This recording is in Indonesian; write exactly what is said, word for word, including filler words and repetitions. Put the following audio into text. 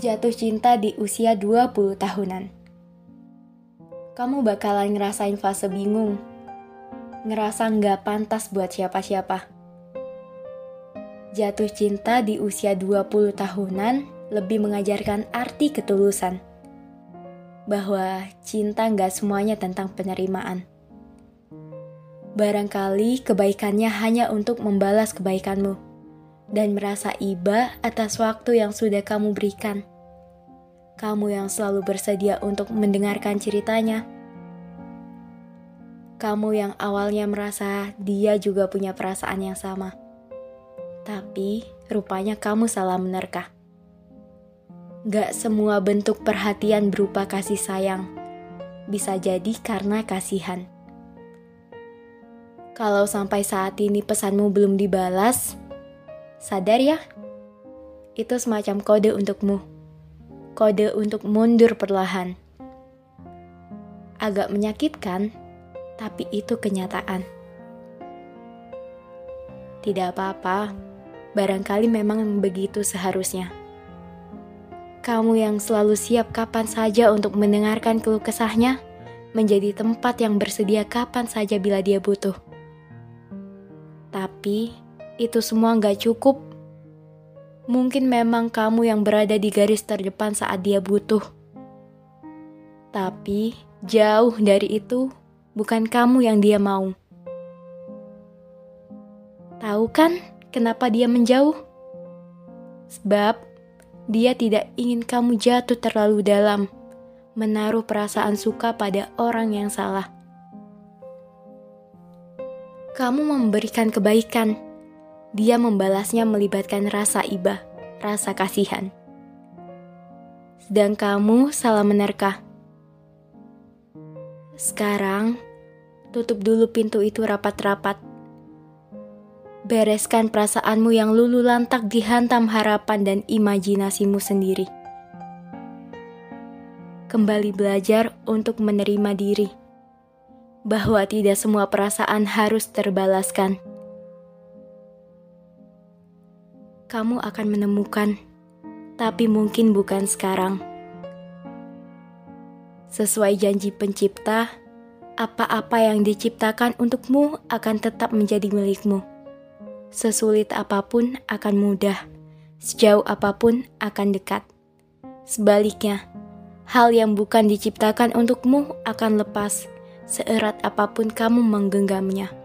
Jatuh cinta di usia dua puluh tahunan. Kamu bakalan ngerasain fase bingung, ngerasa nggak pantas buat siapa-siapa. Jatuh cinta di usia dua puluh tahunan lebih mengajarkan arti ketulusan. Bahwa cinta nggak semuanya tentang penerimaan. Barangkali kebaikannya hanya untuk membalas kebaikanmu dan merasa iba atas waktu yang sudah kamu berikan. Kamu yang selalu bersedia untuk mendengarkan ceritanya. Kamu yang awalnya merasa dia juga punya perasaan yang sama. Tapi rupanya kamu salah menerka. Gak semua bentuk perhatian berupa kasih sayang. Bisa jadi karena kasihan. Kalau sampai saat ini pesanmu belum dibalas, sadar ya, itu semacam kode untukmu. Kode untuk mundur perlahan. Agak menyakitkan, tapi itu kenyataan. Tidak apa-apa, barangkali memang begitu seharusnya. Kamu yang selalu siap kapan saja untuk mendengarkan keluh kesahnya, menjadi tempat yang bersedia kapan saja bila dia butuh. Tapi, itu semua gak cukup. Mungkin memang kamu yang berada di garis terdepan saat dia butuh. Tapi, jauh dari itu, bukan kamu yang dia mau. Tahu kan kenapa dia menjauh? Sebab, dia tidak ingin kamu jatuh terlalu dalam, menaruh perasaan suka pada orang yang salah. Kamu memberikan kebaikan, dia membalasnya melibatkan rasa iba, rasa kasihan. Sedang kamu salah menerka. Sekarang, tutup dulu pintu itu rapat-rapat. Bereskan perasaanmu yang lulu lantak dihantam harapan dan imajinasimu sendiri. Kembali belajar untuk menerima diri. Bahwa tidak semua perasaan harus terbalaskan. Kamu akan menemukan, tapi mungkin bukan sekarang. Sesuai janji pencipta, apa-apa yang diciptakan untukmu akan tetap menjadi milikmu. Sesulit apapun akan mudah, sejauh apapun akan dekat. Sebaliknya, hal yang bukan diciptakan untukmu akan lepas, seerat apapun kamu menggenggamnya.